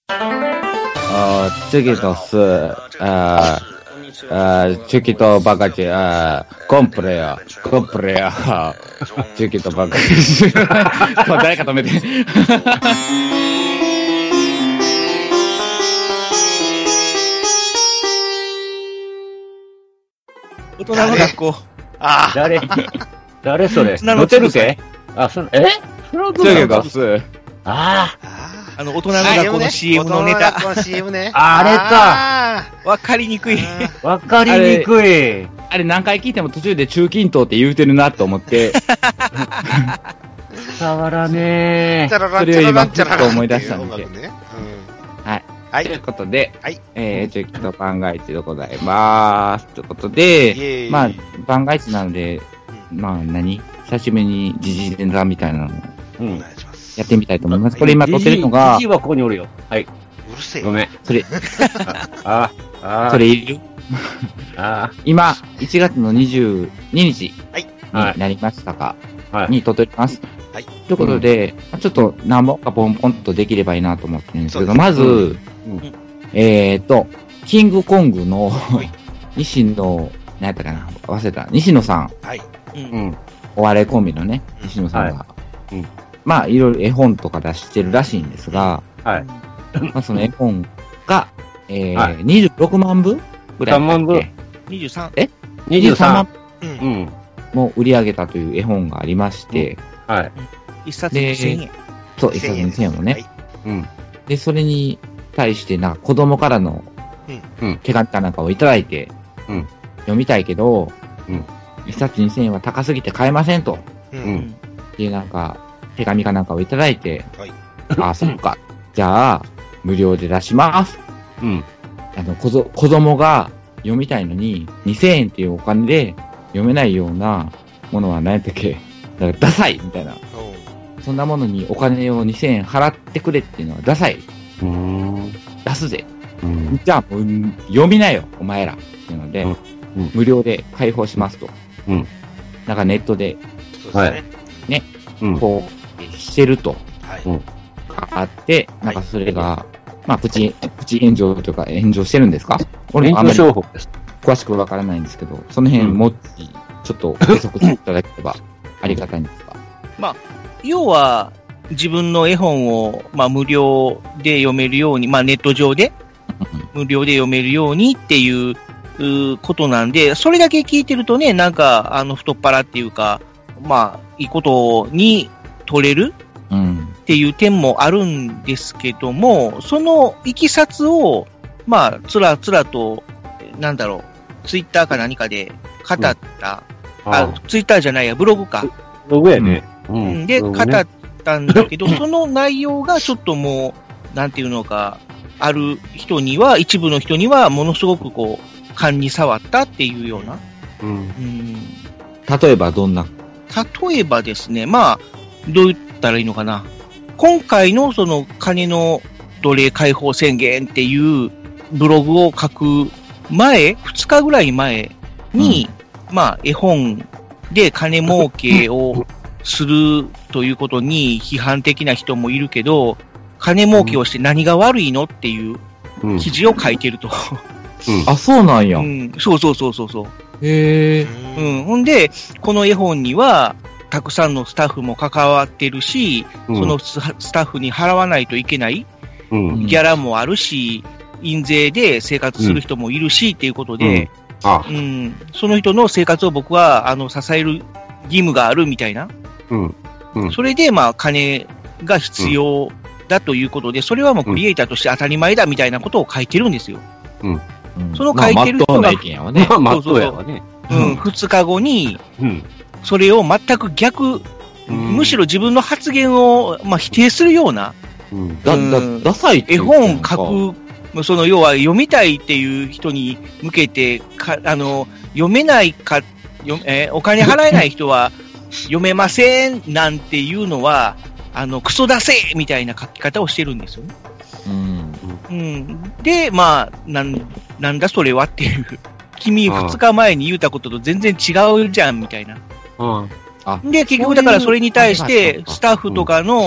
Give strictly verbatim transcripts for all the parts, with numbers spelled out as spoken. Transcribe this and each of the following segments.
어, 저기도 스, 아, 아, 저기도 바가지, 아, 컴프레야, 컴프레야, 저기도 바가지. 誰か止めて。 大人の学校。 ああ。誰誰それモテるけあ、そえ 저기도 스。 ああ。 あの、大人の学校の シーエム のネタ。 大人の学校の シーエム ね。 あれか。 わかりにくい。 わかりにくい。 あれ何回聞いても途中で中近東って言うてるなと思って。 伝わらねえ。 それを今ちょっと思い出したんで。 ねうん、はい。はい。ということで、 はい。 えー、チェックと番外地でございます。ということで、まあ、番外地なので、まあ何久しぶりに時事ネタみたいなのを、うん、やってみたいと思います。これ今撮ってるのが、 時事はここにおるよ。はい。 うるせえ。 ごめん。 それ、 ああ、 それいるあ今、いちがつのにじゅうににちになりましたか、 はい、 に撮っております。 はい。 ということで、うん、ちょっと何本かポンポンとできればいいなと思ってるんですけど、まず、うん、えーと、キングコングの西野、何やったかな忘れた。西野さん。 はい。 うん。お笑いコンビのね、西野さんが。はい、うん。まあ、いろいろ絵本とか出してるらしいんですが、はい。まあ、その絵本が、えー、はい、にじゅうろくまんぶぐらい。さんまんぶ。 にじゅうさん。 え ?にじゅうさんまんうん。も売り上げたという絵本がありまして、 うん、はい。 一冊にせんえん。 そう、一冊にせんえんもね。はい、うん。で、それに対して、なんか子供からの手紙かなんかをいただいて、うん。読みたいけど、うん。一冊にせんえんは高すぎて買えませんと。うん。っていうなんか、手紙かなんかをいただいて、はい。ああ、そっか。じゃあ、無料で出します。うん。あの、子ぞ、子供が読みたいのに、にせんえんっていうお金で読めないようなものは何やったっけ？だからダサいみたいな。そんなものにお金をにせんえん払ってくれっていうのはダサい。うーん。出すぜ。うん。じゃあ、もう読みなよ、お前ら。っていうので、うんうん、無料で開放しますと。うん。なんかネットで、 はい。 ね、うん、こう、してると。はい。うん。あって、なんかそれが、はい、まあ、プチ、プチ炎上というか炎上してるんですか？俺もあんまり詳しくわからないんですけど、その辺もっち、ちょっと補足していただければありがたいんですが。 まあ、要は、自分の絵本を、まあ、無料で読めるように、まあ、ネット上で、無料で読めるようにっていう、うことなんで、それだけ聞いてるとね、なんか、あの、太っ腹っていうか、まあ、いいことに取れる、うん、っていう点もあるんですけども、そのいきさつを、まあ、つらつらと、なんだろう、ツイッターか何かで語った、うん、あ、ツイッターじゃないや、ブログか。 ブログやね。 うん、で、語ったんだけど、その内容がちょっともう、なんていうのか、ある人には、一部の人には、ものすごくこう、勘に触ったっていうような。うん。うん、 例えばどんな？ 例えばですね、まあ、どう言ったらいいのかな。今回のその金の奴隷解放宣言っていうブログを書く前、ふつかぐらい前に、うん、まあ、絵本で金儲けをするということに批判的な人もいるけど、金儲けをして何が悪いのっていう記事を書いてると。 うん、あ、そうなんや。 うん、そうそうそうそうそう。 へえ。 うん。ほんで、この絵本には、たくさんのスタッフも関わってるし、うん、そのスタッフに払わないといけない、うん、ギャラもあるし、印税で生活する人もいるし、っていうことで、うんああうん、その人の生活を僕は、あの、支える義務があるみたいな。うんうん、それで、まあ、金が必要だということで、それはもうクリエイターとして当たり前だみたいなことを書いてるんですよ。うんその書いてる人が、 まあ、 そうそうそう。うん、二日後に、うん、それを全く逆、うん、むしろ自分の発言を、まあ、否定するような、 うん、だ、だ、ダサいって絵本書く、その要は読みたいっていう人に向けて、かあの、読めないか、よえー、お金払えない人は読めませんなんていうのは、あの、クソ出せみたいな書き方をしてるんですよね。うんうん、で、まあ、なん、なんだそれはっていう。君ふつかまえに言うたことと全然違うじゃん、みたいな。うん、あで、結局だからそれに対して、スタッフとかの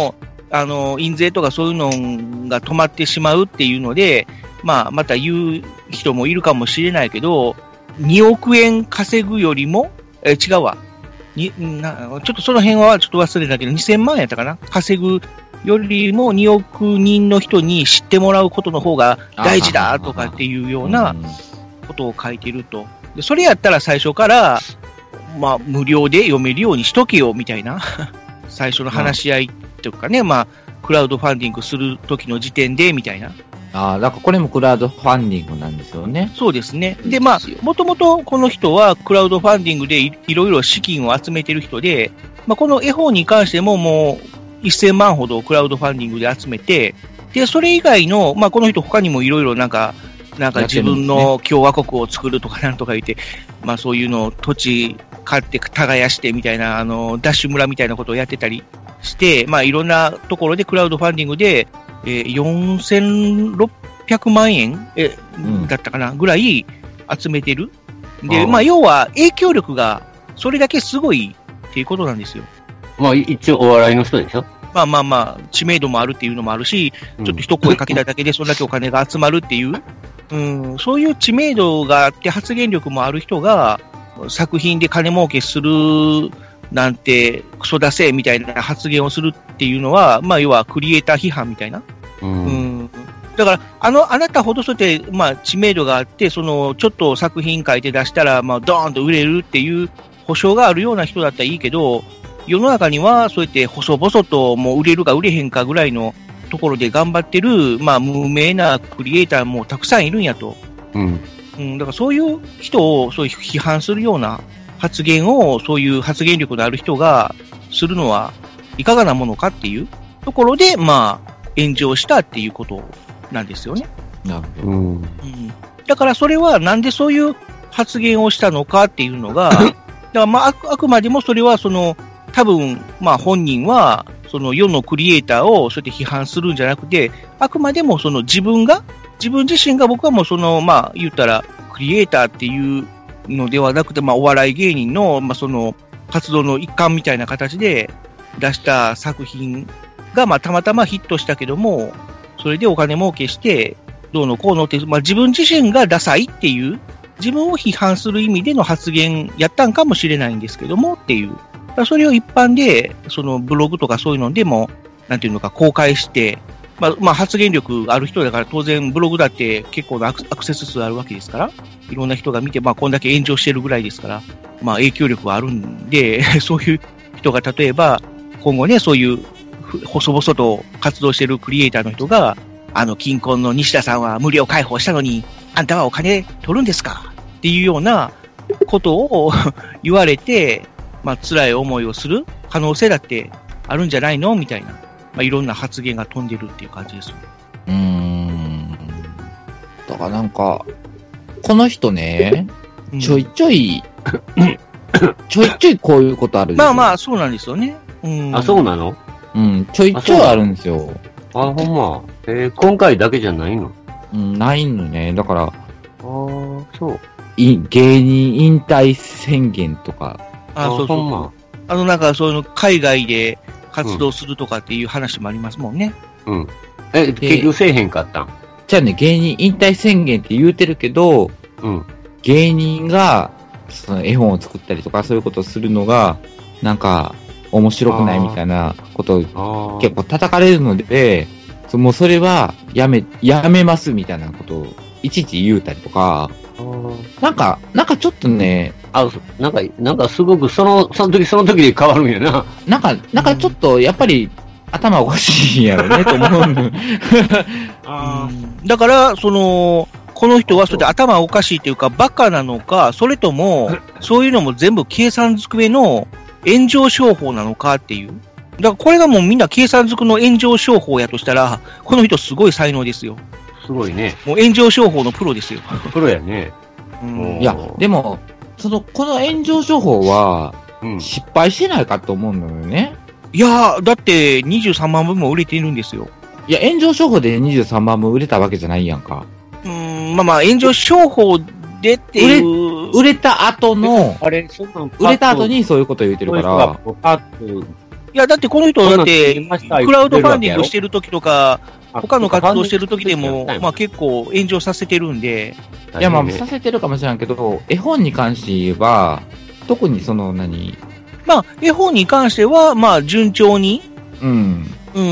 あの、印税とかそういうのが止まってしまうっていうので、まあ、また言う人もいるかもしれないけど、におくえん稼ぐよりも、え、違うわ。になちょっとその辺はちょっと忘れたけど、にせんまんやったかな稼ぐよりもにおくにんの人に知ってもらうことの方が大事だとかっていうようなことを書いてると。でそれやったら最初から、まあ、無料で読めるようにしとけよみたいな、最初の話し合いとかね、まあ、クラウドファンディングする時の時点でみたいな。 ああ、だからこれもクラウドファンディングなんですよね。 そうですね。で、まあ、もともとこの人はクラウドファンディングで い, いろいろ資金を集めてる人で、まあ、この絵本に関してももうせんまんほどクラウドファンディングで集めて、で、それ以外の、まあ、この人他にもいろいろなんか、なんか自分の共和国を作るとかなんとか言って、まあそういうのを土地買って耕してみたいな、あの、ダッシュ村みたいなことをやってたりして、まあいろんなところでクラウドファンディングで、えー、よんせんろっぴゃくまんえんえ、うん、だったかなぐらい集めてる。で、まあ要は影響力がそれだけすごいっていうことなんですよ。 まあ一応お笑いの人でしょ？ まあまあまあ、知名度もあるっていうのもあるし、ちょっと一声かけただけでそれだけお金が集まるっていう、うん、そういう知名度があって発言力もある人が作品で金儲けするなんてクソ出せみたいな発言をするっていうのは、まあ要はクリエイター批判みたいな。うん、うん、だから、あの、あなたほどそうやって、まあ知名度があって、その、ちょっと作品書いて出したら、まあドーンと売れるっていう保証があるような人だったらいいけど、世の中にはそうやって細々ともう売れるか売れへんかぐらいのところで頑張ってる、まあ無名なクリエイターもたくさんいるんやと。うん。うん、だからそういう人をそういう批判するような発言を、そういう発言力のある人がするのはいかがなものかっていうところで、まあ炎上したっていうことなんですよね。 なるほど。うん。 だからそれはなんでそういう発言をしたのかっていうのが、だからまああく、あくまでもそれはその、多分、まあ本人は、その世のクリエイターをそうやって批判するんじゃなくて、あくまでもその自分が、自分自身が僕はもうその、まあ言ったら、クリエイターっていうのではなくて、まあお笑い芸人の、まあその活動の一環みたいな形で出した作品が、まあたまたまヒットしたけども、それでお金儲けして、どうのこうのって、まあ自分自身がダサいっていう、自分を批判する意味での発言やったんかもしれないんですけどもっていう。それを一般で、そのブログとかそういうのでも、なんていうのか公開して、まあ、まあ発言力ある人だから当然ブログだって結構なアクセス数あるわけですから、いろんな人が見て、まあこんだけ炎上してるぐらいですから、まあ影響力はあるんで、そういう人が例えば、今後ね、そういう細々と活動してるクリエイターの人が、あの、金婚の西田さんは無料開放したのに、あんたはお金取るんですかっていうようなことを言われて、まあ、辛い思いをする可能性だってあるんじゃないのみたいな、まあ、いろんな発言が飛んでるっていう感じですよね。 うーん。だからなんか、この人ね、ちょいちょい、うん、ちょいちょいこういうことある。 まあまあ、そうなんですよね。 うん、あ、そうなの？ うん、ちょいちょいあるんですよ。 あ、ほんま。えー、今回だけじゃないの？ うん、ないのね。だから、あー、そう。 い芸人引退宣言とか、 あ、そうそうそう。あの、なんか、そういうの、海外で活動するとかっていう話もありますもんね。 うん。え、結局せえへんかったん？ じゃあね、芸人引退宣言って言うてるけど、うん。芸人が、その絵本を作ったりとか、そういうことをするのが、なんか、面白くないみたいなことを結構叩かれるので、もうそれは、やめ、やめますみたいなことを、いちいち言うたりとか、なんか、なんかちょっとね、 あ、なんか、なんかすごくその、その時その時で変わるんやな。 なんか、なんかちょっと、やっぱり、頭おかしいんやろね、と思う。 あだから、その、この人はそれで頭おかしいというか、バカなのか、それとも、そういうのも全部計算づくめの炎上商法なのかっていう。だからこれがもうみんな計算づくの炎上商法やとしたら、この人すごい才能ですよ。 すごいね。 もう炎上商法のプロですよ。 プロやね。 うん、いや、でも、その、この炎上商法は、失敗してないかと思うのよね。 いやー、だってにじゅうさんまんぶんも売れているんですよ。 いや、炎上商法でにじゅうさんまんぶん売れたわけじゃないやんか。 うーん、まあまあ、炎上商法でっていう。 売れ、売れた後の、 あれ、そんなん売れた後にそういうこと言ってるから。 パッといや、だってこの人だって、クラウドファンディングしてる時とか、他の活動してる時でも、まあ結構炎上させてるんで。 いや、まあさせてるかもしれんけど、絵本に関して言えば、特にその何まあ、絵本に関しては、まあ順調に。 うん。 うん。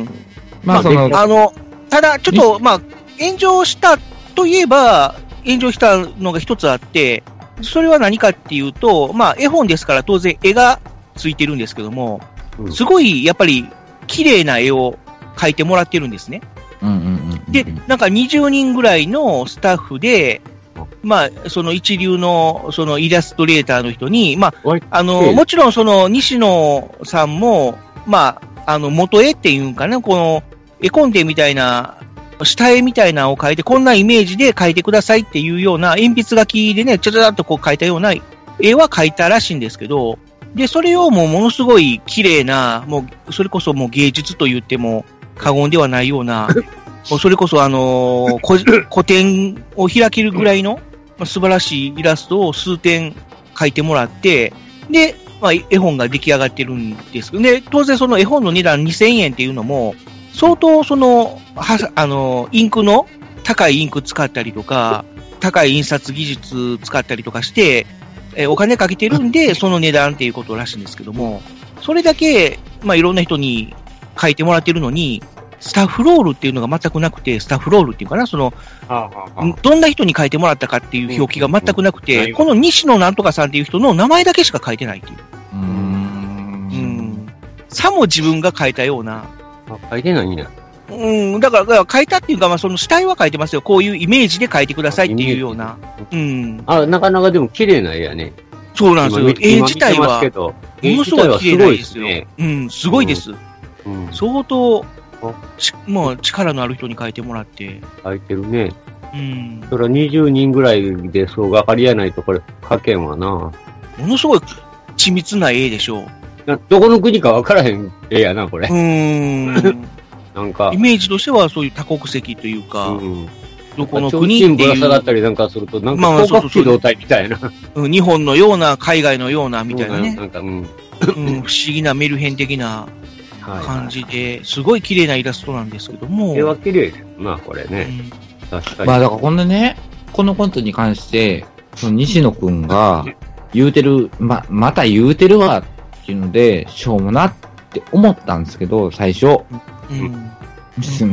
まあ、その、 あの、ただ、ちょっと、まあ、炎上したといえば、炎上したのが一つあって、それは何かっていうと、まあ、絵本ですから当然絵がついてるんですけども、うん、すごい、やっぱり、綺麗な絵を描いてもらってるんですね。 うんうんうんうん、 で、なんかにじゅうにんぐらいのスタッフで、まあ、その一流の、そのイラストレーターの人に、まあ、あの、もちろんその西野さんも、まあ、あの、元絵っていうんかな、この、絵コンテみたいな、下絵みたいなのを描いて、こんなイメージで描いてくださいっていうような、鉛筆書きでね、ちょちょっとこう描いたような絵は描いたらしいんですけど、で、それをもうものすごい綺麗な、もう、それこそもう芸術と言っても過言ではないような、もうそれこそあのー、古典を開けるぐらいの、まあ、素晴らしいイラストを数点描いてもらって、で、まあ、絵本が出来上がってるんですけど、ね、当然その絵本の値段にせんえんっていうのも、相当その、は、あの、インクの高いインク使ったりとか、高い印刷技術使ったりとかして、え、お金かけてるんで、その値段っていうことらしいんですけども、それだけ、まあ、いろんな人に書いてもらってるのに、スタッフロールっていうのが全くなくて、スタッフロールっていうかな、その、はあはあ、どんな人に書いてもらったかっていう表記が全くなくて、うんうん、この西野なんとかさんっていう人の名前だけしか書いてないっていう。うーん。うん。さも自分が書いたような。 あ、書いてないんだ。 うん、だから、だから書いたっていうか、まあ、その主体は書いてますよ。こういうイメージで書いてくださいっていうような。うん。 あ、なかなかでも綺麗な絵やね。 そうなんですよ。絵自体は、ものすごい綺麗なんですよ。うん、すごいです。うん、相当、もう力のある人に書いてもらって。 書いてるね。うん。それはにじゅうにんぐらいでそう分かりやないとこれ書けんわな。ものすごい緻密な絵でしょう。 どこの国か分からへん絵やな、これ。うーん。なんか。イメージとしてはそういう多国籍というか、うん、どこの国っていう。 ぶら下がったりなんかすると、なんか広角機動隊みたいな。 うん、日本のような、海外のような、みたいなね。なんか、うん。うん、不思議なメルヘン的な感じで、すごい綺麗なイラストなんですけども。 絵は綺麗です。まあ、これね。 うん、確かに。まあ、だからこんなね、このコントに関して、その西野くんが言うてる、ま、また言うてるわっていうので、しょうもなって思ったんですけど、最初。うんうん、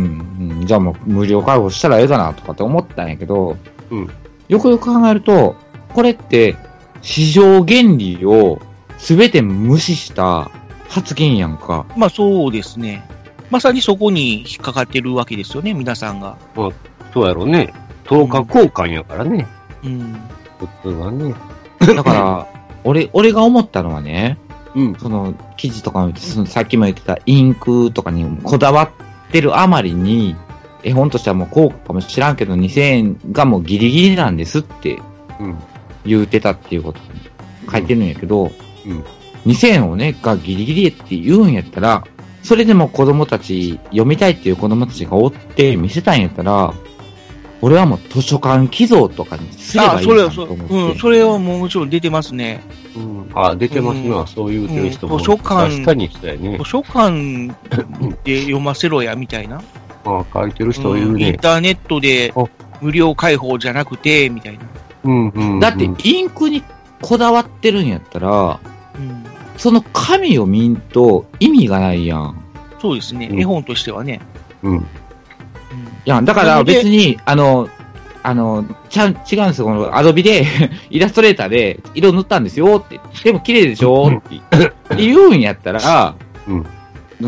じゃあもう無料開放したらええかなとかって思ったんやけど、うん、よくよく考えると、これって市場原理を全て無視した発言やんか。 まあそうですね。まさにそこに引っかかってるわけですよね、皆さんが。 まあ、そうやろうね。とおか交換やからね。うん。普通はね。 だから、俺、俺が思ったのはね、うん、その記事とかもそのさっきも言ってたインクとかにこだわってるあまりに、絵本としてはもう高価かもしらんけどにせんえんがもうギリギリなんですって言うてたっていうこと書いてるんやけど、うんうん、にせんえんをね、がギリギリって言うんやったら、それでも子供たち、読みたいっていう子供たちがおって見せたんやったら、俺はもう図書館寄贈とかにすればいいなと思って。 うん、それはもうもちろん出てますね。 うん、あ、出てますな、うん、そう言うてる人も。 図書館、 確かにそうやね。 図書館で読ませろや、みたいな。 あ、書いてる人いるね、 うん。インターネットで無料開放じゃなくて、みたいな。 うんうんうん、だって、インクにこだわってるんやったら、うん、その紙を見んと意味がないやん。 そうですね、うん、絵本としてはね。うん。いや、だから別に、あの、あの、ちゃん、違うんですよ。このアドビで、イラストレーターで色塗ったんですよって。でも綺麗でしょって言うんやったら、うん、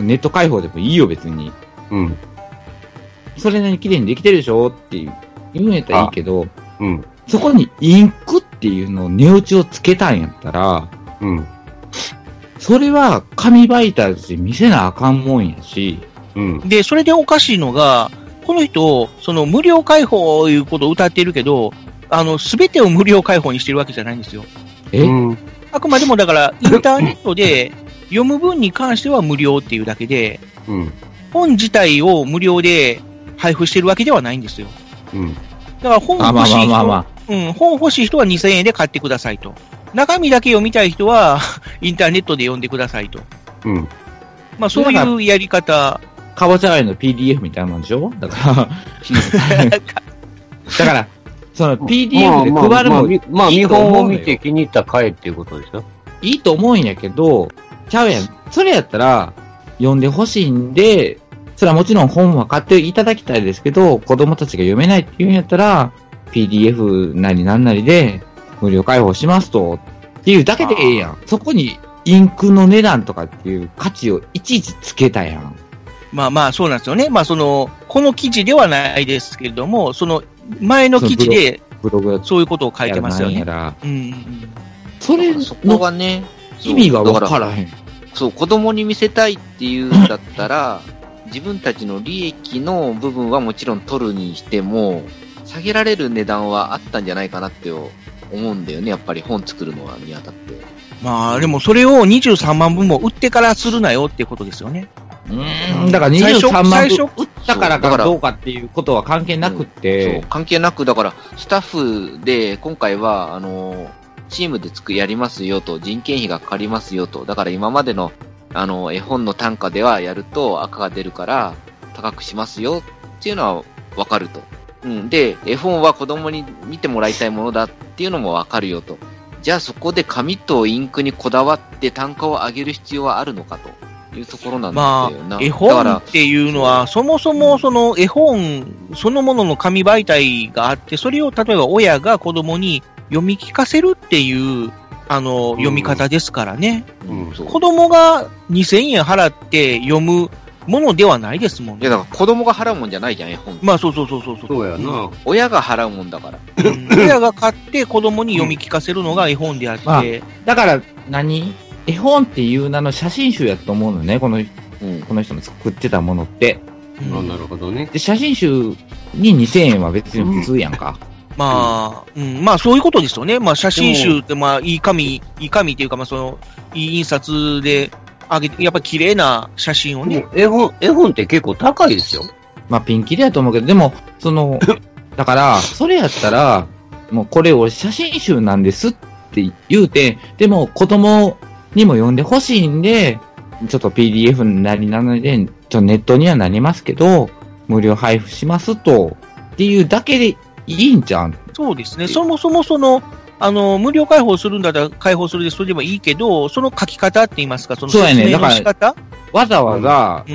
ネット開放でもいいよ、別に。うん。それなりに綺麗にできてるでしょって言うんやったらいいけど、うん。そこにインクっていうのを値打ちをつけたんやったら、うん。それは紙媒体として見せなあかんもんやし、 うん。で、それでおかしいのが、この人、その無料開放いうことを歌ってるけど、あの、すべてを無料開放にしてるわけじゃないんですよ。え、うん、あくまでもだから、インターネットで読む分に関しては無料っていうだけで、うん、本自体を無料で配布してるわけではないんですよ。うん、だから本欲しい人、うん、本欲しい人はにせんえんで買ってくださいと。中身だけ読みたい人は、インターネットで読んでくださいと。うん、 まあそういうやり方。 かぼちゃ愛の ピーディーエフ みたいなもんでしょだから、だから、その ピーディーエフ で配るもいいと思うよ。 まあ、見本を見て気に入ったら買えっていうことでしょ。 いいと思うんやけど、ちゃうやん。それやったら、読んでほしいんで、それはもちろん本は買っていただきたいですけど、子供たちが読めないっていうんやったら、ピーディーエフ なりなんなりで無料開放しますと、っていうだけでええやん。そこにインクの値段とかっていう価値をいちいちつけたやん。 まあまあそうなんですよね。まあその、この記事ではないですけれども、その前の記事で、ブログそういうことを書いてますよね。うんうん、 それそこがね、 意味がわからへん。 そう、子供に見せたいっていうんだったら、自分たちの利益の部分はもちろん取るにしても、下げられる値段はあったんじゃないかなって思うんだよね。やっぱり本作るのはにあたって。 まあでもそれをにじゅうさんまんぶんも売ってからするなよっていうことですよね。 うーん、だからにじゅうさんまんぶん売ったからかどうかっていうことは関係なくって。 そう、そう関係なく、だからスタッフで今回は、あの、チームでつくやりますよと、人件費がかかりますよと、だから今までのあの絵本の単価ではやると赤が出るから高くしますよっていうのはわかると。うん。で、絵本は子供に見てもらいたいものだっていうのもわかるよと。じゃあそこで紙とインクにこだわって単価を上げる必要はあるのかというところなんだよな。 まあ、絵本っていうのは、そもそもその絵本そのものの紙媒体があって、それを例えば親が子供に読み聞かせるっていう、あの、読み方ですからね。うんうん、子供がにせんえん払って読むものではないですもんね。 いや、だから子供が払うもんじゃないじゃん、絵本。 まあ、そうそうそうそう。 そうやな。 親が払うもんだから。 うん、親が買って子供に読み聞かせるのが絵本であって。まあ、 だから何、絵本っていう名の写真集やと思うのね、この、うん、この人の作ってたものって。 うん、なるほどね。 で、写真集ににせんえんは別に普通やんか。うんまあ、うん、まあそういうことですよね。まあ写真集ってまあいい紙、いい紙っていうかまあその、いい印刷であげて、やっぱ綺麗な写真をね。 絵本、絵本って結構高いですよ。 まあピンキリやと思うけど、でも、その、だから、それやったら、もうこれ俺写真集なんですって言うて、でも子供にも読んでほしいんで、ちょっと ピーディーエフ なりなので、ちょっとネットにはなりますけど、無料配布しますと、っていうだけで、いいんじゃん。 そうですね。そもそもその、あの、無料開放するんだったら開放するでそれでもいいけど、その書き方って言いますか、その説明の仕方、 わざわざ、うん、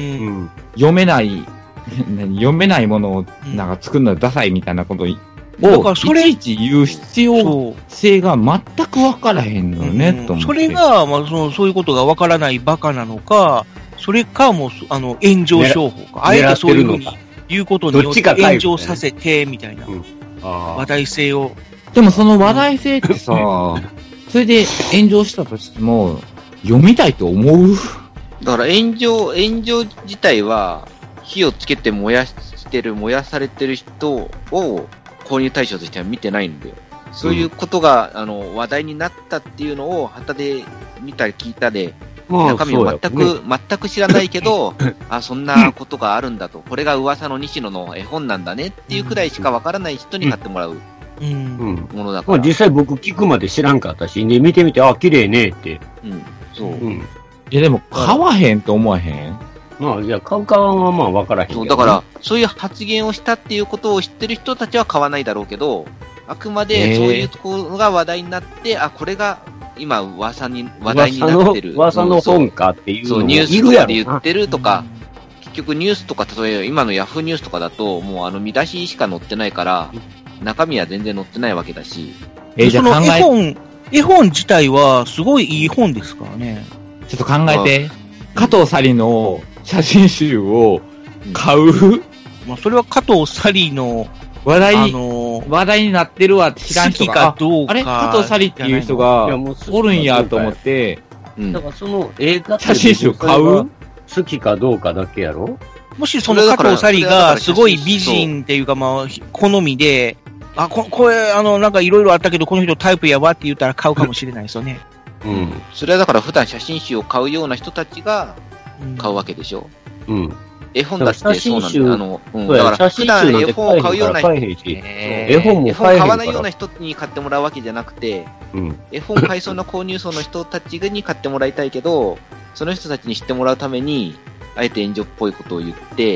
読めない、読めないものをなんか作るのはダサいみたいなことを、だからそれいちいち言う必要性が全く分からへんのよね、うん、と思って。 それが、まあその、そういうことが分からないバカなのか、それかもう、あの、炎上商法か。あえてそういうふうに言うことによって炎上させて、みたいな。話題性を。 でもその話題性ってさ、それで炎上したとしても、読みたいと思う？ だから炎上、炎上自体は、火をつけて燃やしてる、燃やされてる人を購入対象としては見てないんだよ。そういうことが、うん、あの、話題になったっていうのを、旗で見たり聞いたで、中身を全く、ね、全く知らないけど、あ、そんなことがあるんだと、これが噂の西野の絵本なんだねっていうくらいしかわからない人に買ってもらうものだから。 うん、実際僕聞くまで知らんかったし、ね、見てみて、あ、綺麗ねって。 うん、そう。うん、 いや、でも買わへんと思わへん？ まあ、いや、買う買わんはまあわからへんけど、 ね。そう、だから、そういう発言をしたっていうことを知ってる人たちは買わないだろうけど、あくまでそういうところが話題になって、あ、これが、今噂に、話題になってる。 噂の本かっていうのそう、ニュースとかで言ってるとか、結局ニュースとか、例えば今のヤフーニュースとかだと、もうあの見出ししか載ってないから、中身は全然載ってないわけだし。 えー、じゃあその絵本、絵本自体はすごいいい本ですからね。 ちょっと考えて、加藤紗里の写真集を買う、うん、 まあそれは加藤紗里の、 話題に、あのー、話題になってるわって知らん人が、 好きかどうかあれ加藤紗里っていう人がおるんやと思って、 うん、だからその映画写真集買う？ 好きかどうかだけやろ？ もしその加藤紗里がすごい美人っていうかまあ好みで、あ、こ、これあのなんかいろいろあったけどこの人タイプやわって言ったら買うかもしれないですよね。 うん。それはだから普段写真集を買うような人たちが買うわけでしょ。 うん。 絵本だってそうなんだよ。あの、うん、 だから普段絵本を買うような人、絵本も買わないような人に買ってもらうわけじゃなくて、 うん、 絵本買いそうな購入層の人たちに買ってもらいたいけど、その人たちに知ってもらうために、あえて援助っぽいことを言って、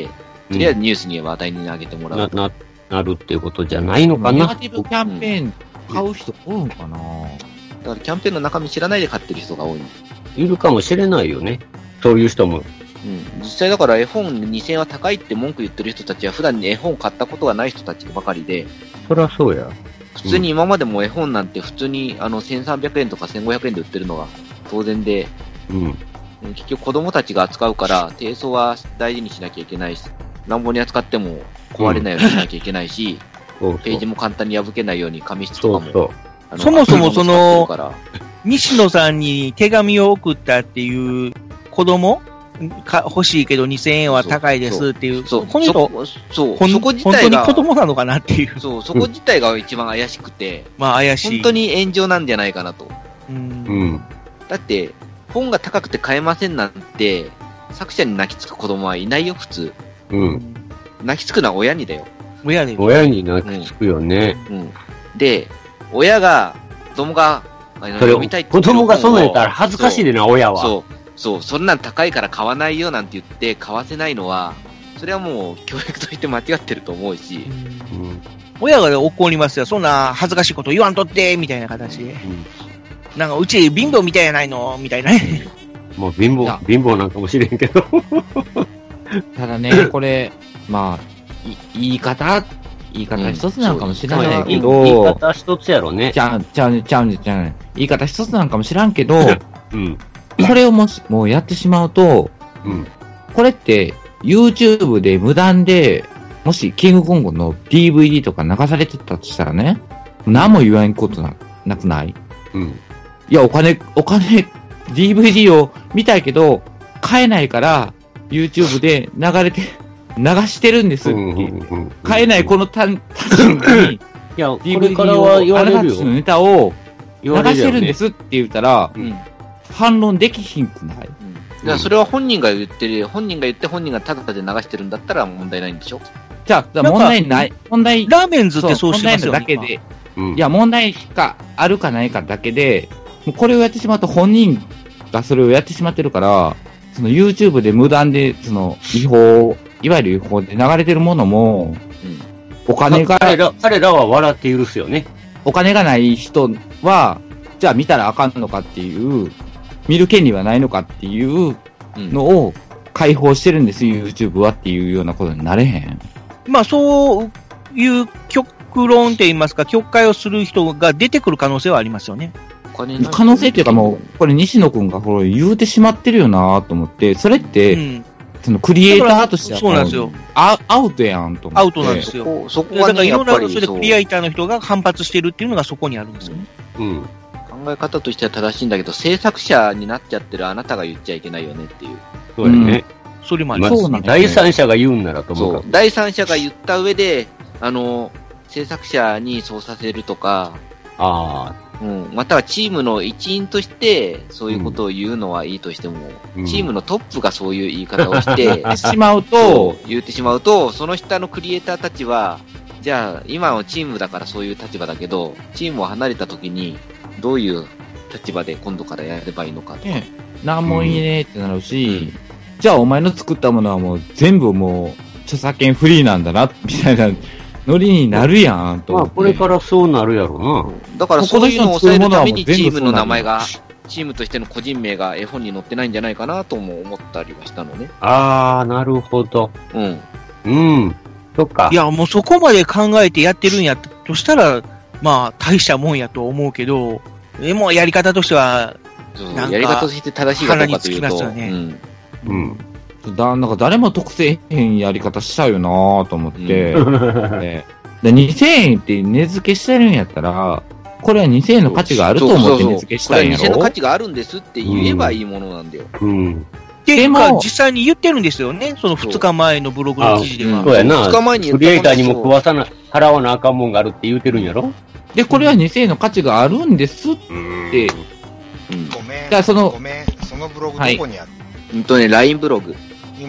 とりあえずニュースに話題に上げてもらう、 うん。な、な、なるっていうことじゃないのかな。 ネガティブキャンペーン買う人多いんかな、うん、だからキャンペーンの中身知らないで買ってる人が多い。 いるかもしれないよね。そういう人も。 うん、実際だから絵本にせんえんは高いって文句言ってる人たちは普段に絵本買ったことがない人たちばかりで。 そりゃそうや。 普通に今までも絵本なんて普通にあのせんさんびゃくえんとかせんごひゃくえんで売ってるのが当然で、 うん、 結局子供たちが扱うから低層は大事にしなきゃいけないし、乱暴に扱っても壊れないようにしなきゃいけないし、うん、ページも簡単に破けないように紙質とかも。 そうそうそもそもその、西野さんに手紙を送ったっていう子供か欲しいけどにせんえんは高いですっていう、 そう、 この人、 そう、 そこ自体が本当に子供なのかなっていう。 そう、そこ自体が一番怪しくて、 まあ怪しい。 本当に炎上なんじゃないかなと。 うんうん。 だって、本が高くて買えませんなんて、作者に泣きつく子供はいないよ、普通。 うん。 泣きつくのは親にだよ。 親に。 親に泣きつくよね。 うん。うん、で、親が、子供が、 読みたいって子供がそうやったら恥ずかしいでな、親は。 そう。そう、そんなん高いから買わないよなんて言って買わせないのは、それはもう教育として間違ってると思うし。 うん、親が怒りますよ。そんな恥ずかしいこと言わんとって、みたいな形で。うん、なんかうち貧乏みたいやないのみたいなね。 もう貧乏、貧乏なんかもしれんけど。 ただね、これ、まあ、言い方言い方一つなのかもしれないけど、 うん、言い方一つやろね。 ちゃう、ちゃう、ちゃう、ちゃう、言い方一つなのかもしらんけど、 うん。 これをもし、もうやってしまうと、 うん、 これって YouTube で無断で、もしキングコングの ディーブイディー とか流されてたとしたらね、何も言わんことな、なくない？ うん。 いや、お金、お金、ディーブイディー を見たいけど、買えないから、YouTube で流れて、流してるんですっていう。買えないこの単純に、 いや、これからは言われるよ。 のネタを流してるんですって言ったら、うん、反論できひんくない？うん、だからそれは本人が言ってる、本人が言って本人がただで流してるんだったら問題ないんでしょ？ じゃあ、問題ない。問題。 ラーメンズってそうしてますよね。 問題だけで。いや、問題があるかないかだけで、もうこれをやってしまうと本人がそれをやってしまってるから、その YouTube で無断で、その違法、いわゆる違法で流れてるものも、うん、お金が、 彼ら、彼らは笑って許すよね。 お金がない人は、じゃあ見たらあかんのかっていう、見る権利はないのかっていうのを解放してるんです、YouTube はっていうようなことになれへん。 まあそういう極論って言いますか、曲解をする人が出てくる可能性はありますよね。 可能性っていうかもう、これ西野くんがこれ言うてしまってるよなと思って、それって、うん、そのクリエイターとしてはそうなんですよ。 アウトやんと思って。 アウトなんですよ。そこはね、だからいろんな、それでクリエイターの人が反発してるっていうのがそこにあるんですよね。 うん。 考え方としては正しいんだけど、制作者になっちゃってるあなたが言っちゃいけないよねっていう。 そうだね。 うん、それもあります。 そうなんですね。第三者が言うんならと思う。そう。 第三者が言った上で、あの、制作者にそうさせるとか、 ああ。 うん、またはチームの一員としてそういうことを言うのはいいとしても、うん、チームのトップがそういう言い方をしてしまうと言ってしまうと、その下のクリエイターたちは、じゃあ今のチームだからそういう立場だけど、チームを離れた時にどういう立場で今度からやればいいのかとか、ね、 なんもいいねってなるし、うん、じゃあお前の作ったものはもう全部もう著作権フリーなんだなみたいなノリになるやんと思って。 まあ、これからそうなるやろな。 だからそういうのを抑えるためにチームの名前が、チームとしての個人名が絵本に載ってないんじゃないかなとも思ったりはしたのね。 あー、なるほど。 うん。 うん。そっか。 いや、もうそこまで考えてやってるんやとしたら、まあ、大したもんやと思うけど、でもやり方としては、 なんかやり方として正しいかどうかというと、 腹につきますよね。 うん。うんだなんか誰も得せへんやり方しちゃうよなぁと思って、うんで、でにせんえんって値付けしてるんやったら、これはにせんえんの価値があると思って値付けしたいんやろ。 これはにせんえんの価値があるんですって言えばいいものなんだよ。 うん。 でも、実際に言ってるんですよね。そのふつかまえのブログの記事では。 そうやな。 ふつかまえにクリエイターにも食わさな、払わなあかんもんがあるって言うてるんやろ。 で、これはにせんえんの価値があるんですって。うん。 ごめん。 だそのごめん。そのブログどこにある？ うんとね、ライン ブログ。 今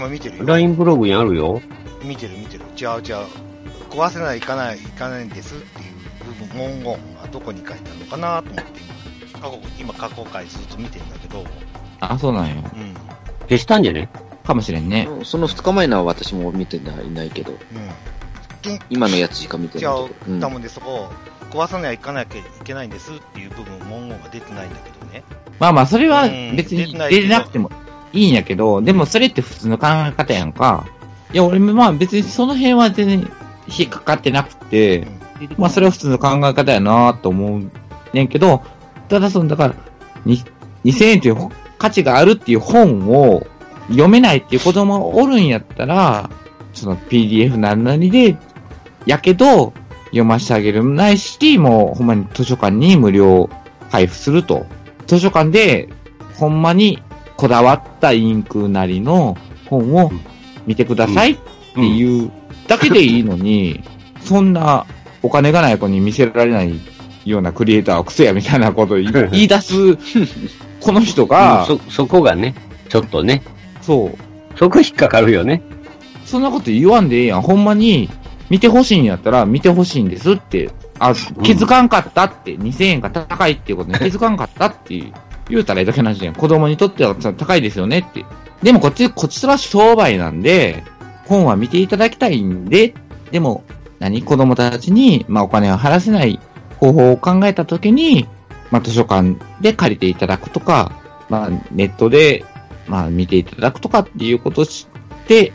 今見てるよ。 ライン ブログにあるよ。 見てる見てる。違う違う。壊せない、いかない、いかないんですっていう部分、文言がどこに書いてあるのかなと思って今、過去、今過去回ずっと見てるんだけど。 あ、そうなんよ。 うん。 消したんじゃねかもしれんね。 そのふつかまえのは私も見てないないけど。うん。今のやつしか見てないけど。 違う、多分でそこ、壊さない、いかなきゃいけないんですっていう部分、文言が出てないんだけどね。 まあまあ、それは別に出てなくてもいいんやけど、でもそれって普通の考え方やんか。いや、俺もまあ別にその辺は全然引っかかってなくて、うん、まあそれは普通の考え方やなと思うねんけど、ただその、だから、にせんえんという価値があるっていう本を読めないっていう子供がおるんやったら、その ピーディーエフ なりなりで、やけど、読ませてあげるもないし、もうほんまに図書館に無料配布すると。図書館で、ほんまにこだわったインクなりの本を見てくださいっていうだけでいいのに、そんなお金がない子に見せられないようなクリエイターはクソやみたいなことを言い出す、この人が、 そ、そこがね、ちょっとね。 そう。 そこ引っかかるよね。 そんなこと言わんでええやん。ほんまに、見てほしいんやったら見てほしいんですって、あ、気づかんかったって、にせんえんが高いっていうことに気づかんかったって言うたらいいだけなんじゃん。子供にとっては高いですよねって。でもこっち、こちらは商売なんで、本は見ていただきたいんで、でも、何子供たちに、まあお金を払せない方法を考えたときに、まあ図書館で借りていただくとか、まあネットで、まあ見ていただくとかっていうことをして、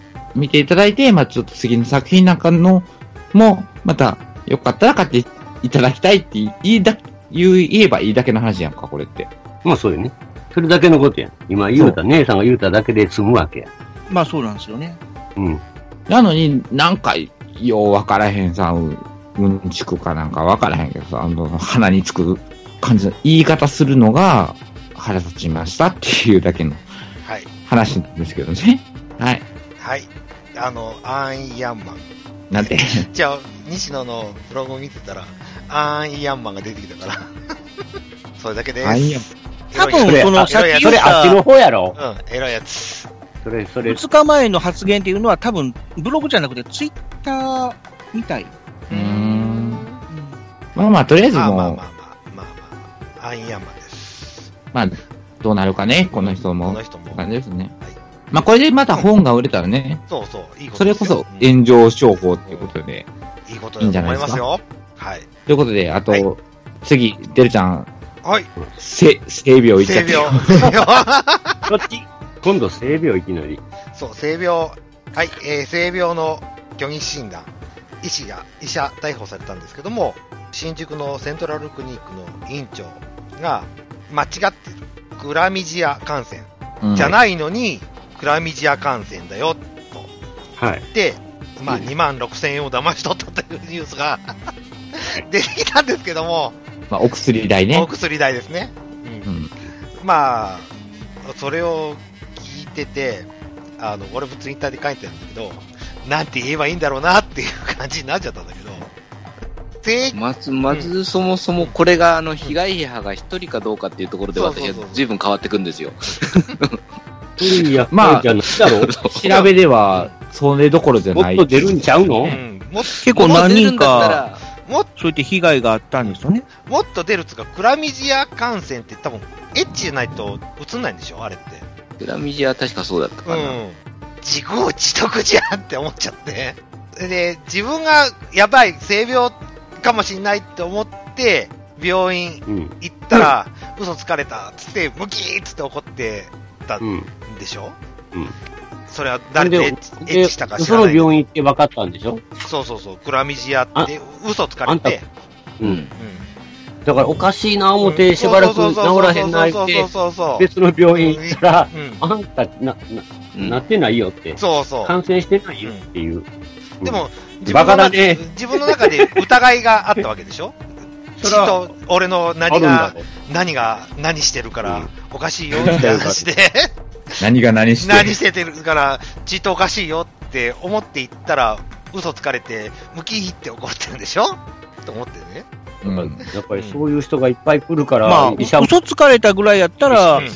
見ていただいて、まあちょっと次の作品なんかのも、またよかったら買っていただきたいって言いだ、言う、言えばいいだけの話やんか、これって。 まあそうよね。それだけのことやん。今言うた、姉さんが言うただけで済むわけや。 まあそうなんですよね。 うん。 なのに、なんか、ようわからへんさ、うん、うんちくかなんかわからへんけどさ、あの、鼻につく感じの言い方するのが腹立ちましたっていうだけの話なんですけどね。はい。 はい。あの、アンイアンマン。 なんてじゃあ、西野のブログを見てたら、アンイアンマンが出てきたから。それだけです。アンイアン多分、その、さっき言った。それあっちの方やろ。 うん、エロいやつ。 それ、それ。 ふつかまえの発言っていうのは多分、ブログじゃなくて、ツイッターみたい。 うーん。まあまあ、とりあえずもう。まあまあまあまあ、 まあまあ、アンイアンマンです。 まあ、どうなるかね、この人も。 この人も。 感じですね。はい。まあ、これでまた本が売れたらね。 そうそう、いいことですよ。 それこそ炎上商法っていうことで。 いいことだと思いますよ。はい。 ということで、あと、はい、次、デルちゃん。 はい。 せ、性病いっちゃって。 性病。性病。 こっち。今度性病いきなり。 そう、性病。はい、えー、性病の虚偽診断。医師が、医者逮捕されたんですけども、新宿のセントラルクリニックの院長が、間違っている。クラミジア感染。うん、じゃないのに、クラミジア感染だよ、と。 はい。 で、まあ、にまんろくせんえんを騙し取ったというニュースが出てきたんですけども。 まあ、お薬代ね。 お薬代ですね。うん。うん、まあ、それを聞いてて、あの、俺もツイッターで書いてるんだけど、なんて言えばいいんだろうなっていう感じになっちゃったんだけど。 まず、まず、そもそもこれが、あの、被害者が一人かどうかっていうところで私は随分変わってくんですよ。 いや、 まあ、調べでは、それどころじゃない。 もっと出るんちゃうの、うん、 も結構何人か、もそういって被害があったんですよね。 もっと出るつか、クラミジア感染って多分、エッチじゃないと映んないんでしょあれって。 クラミジア確かそうだったかな。うん。 自業自得じゃんって思っちゃって。で、自分がやばい、性病かもしんないって思って、病院行ったら、うん、嘘つかれたっつって、ムキーっつって怒ってたんでしょ、うんうん、それは誰でエッチ、エッチしたか知らない。 その病院行って分かったんでしょそうそうそう、クラミジアって嘘つかれて。 うん。うん。だからおかしいな思ってしばらく治らへんないって、別の病院行ったら、あんたな、な、なってないよって。 そうそう。 感染してないよっていう。 でも、自分の中で、自分の中で疑いがあったわけでしょちょっと俺の何が、何が何してるから、おかしいよって話で。 何が何してる何してるから、ちっとおかしいよって思って言ったら、嘘つかれて、ムキーって怒ってるんでしょと思ってね。 うん、やっぱりそういう人がいっぱい来るから、 まあ、嘘つかれたぐらいやったら、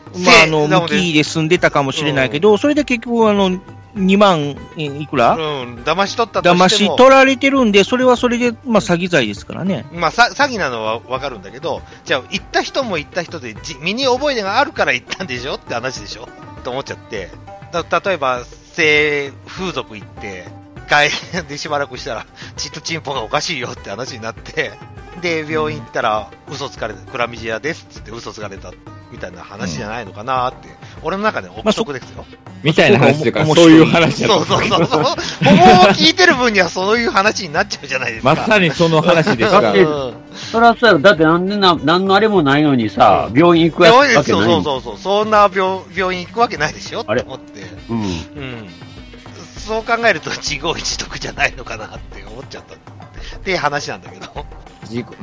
まあ、あの、無期で済んでたかもしれないけど、うん、それで結局、あの、にまんいくら、 うん、騙し取ったとしても騙し取られてるんで、それはそれで、まあ、詐欺罪ですからね。 まあ、さ詐欺なのはわかるんだけど、じゃあ、行った人も行った人で、身に覚えがあるから行ったんでしょって話でしょと思っちゃって。だ例えば、性風俗行って、帰でしばらくしたら、ちっとチンポがおかしいよって話になって、で、病院行ったら、嘘つかれた、クラミジアですって言って嘘つかれた、みたいな話じゃないのかなって、うん、俺の中で憶測ですよ。 みたいな話というか、そういう話だと。 そうそうそう。ほぼ聞いてる分にはそういう話になっちゃうじゃないですか。 まさにその話でした。 だって、そらそうやろ。だってなんでな、なんのあれもないのにさ、病院行くわけない。 そうそうそうそう。そんな病、病院行くわけないでしょって思って。うん。うん。そう考えると自業自得じゃないのかなって思っちゃったっていう話なんだけど。 自己、うん、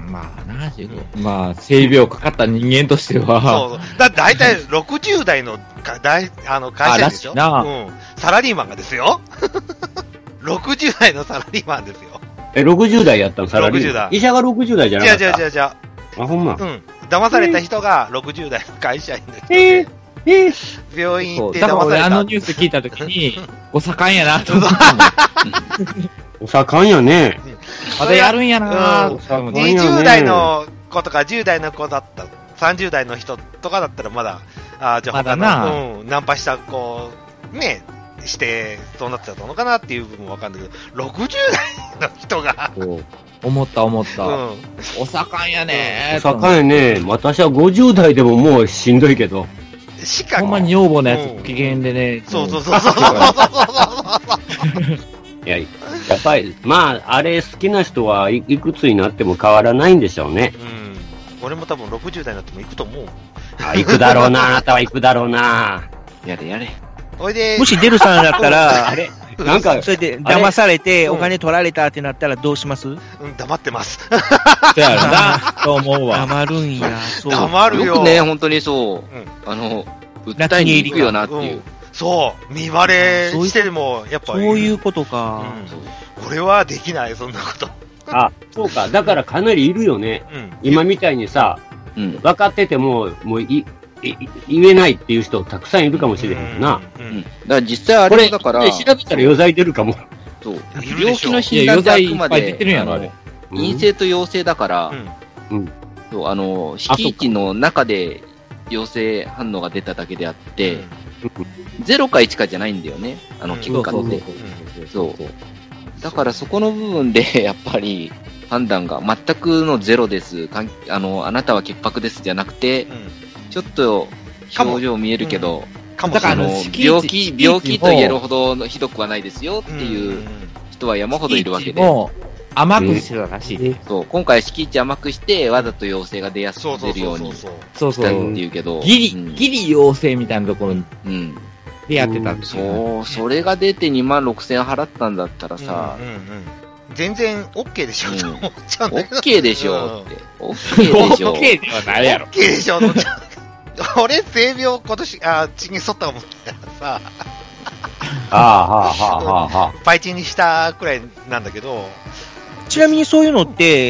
まあな、自己、うん、まあ、性病かかった人間としては。 そう。だって大体ろくじゅう代の大あの会社でしょ。 なうん。サラリーマンがですよ。ろくじゅう代のサラリーマンですよ。 え、ろくじゅう代やったのサラリーマン。ろくじゅう代。医者がろくじゅう代じゃなかった。 違う違う違う違う。あ、 ほんま。 うん。騙された人がろくじゅう代の会社員の人で。 えーえー、 病院行って騙された。 だから俺あのニュース聞いたときに、お盛んやなと思ったお盛んやね。 まだやるんやなぁ、 うん。にじゅう代の子とかじゅう代の子だったら、さんじゅう代の人とかだったらまだ、あじゃあ他の、まうん、ナンパした子、ね、して、そうなってたのかなっていう部分もわかんないけど、ろくじゅう代の人が。 思った思った。うん、お盛んやねー。お盛んやね。私はごじゅう代でももうしんどいけど。 しかほんまに女房のやつ機嫌でね。 そうそうそうそうそうそういや、やっぱり、まあ、あれ好きな人はい、いくつになっても変わらないんでしょうね。 うん。俺も多分ろくじゅう代になっても行くと思う。 あ、行くだろうな、あなたは行くだろうな。 やれやれ。 おいで。 もしデルさんだったら、 あれなんか、 それで騙されてお金取られたってなったらどうします？うん、 黙ってます。 そうやろな、と思うわ。 黙るんや、 そう。黙るよ。 よくね、本当にそう、あの、訴えに行くよなっていう。 そう、見バレしてでも、やっぱそういうことか、 うん。俺はできない、そんなこと。 あ、そうか。だからかなりいるよね。うん、今みたいにさ、うん、分かってても、もうい、い言えないっていう人たくさんいるかもしれへんな。 うん。うん、だから実際あれだから。 これ、調べたら余罪出るかも。 そう。病気の診断ってあくまで、 出てるやろ、あれ。 陰性と陽性だから、 うん。うん、 そう、あの、敷地の中で陽性反応が出ただけであって、ゼロかいちかじゃないんだよね、あの結果って。そう。だからそこの部分で、やっぱり、判断が全くのゼロです、あの、あなたは潔白ですじゃなくて、ちょっと表情見えるけど、だからあの、病気、病気と言えるほどひどくはないですよっていう人は山ほどいるわけで。 甘くしてたらしい。 そう、今回敷地甘くして、わざと陽性が出やすく出るようにしたっていうけど。 ギリ、ギリ陽性みたいなところに。うん。でやってたんですよ。そう、それが出てにまんろくせん払ったんだったらさ、 全然 OK でしょって思っちゃうんだけど。 OK でしょって。OK でしょ。 OK ではないやろ。 OK でしょって思っちゃう。俺、性病今年、あ、チン剃った思ったらさ、 ああ、はあ、はあ、はあ。 パイチンにしたくらいなんだけど、 ちなみにそういうのって、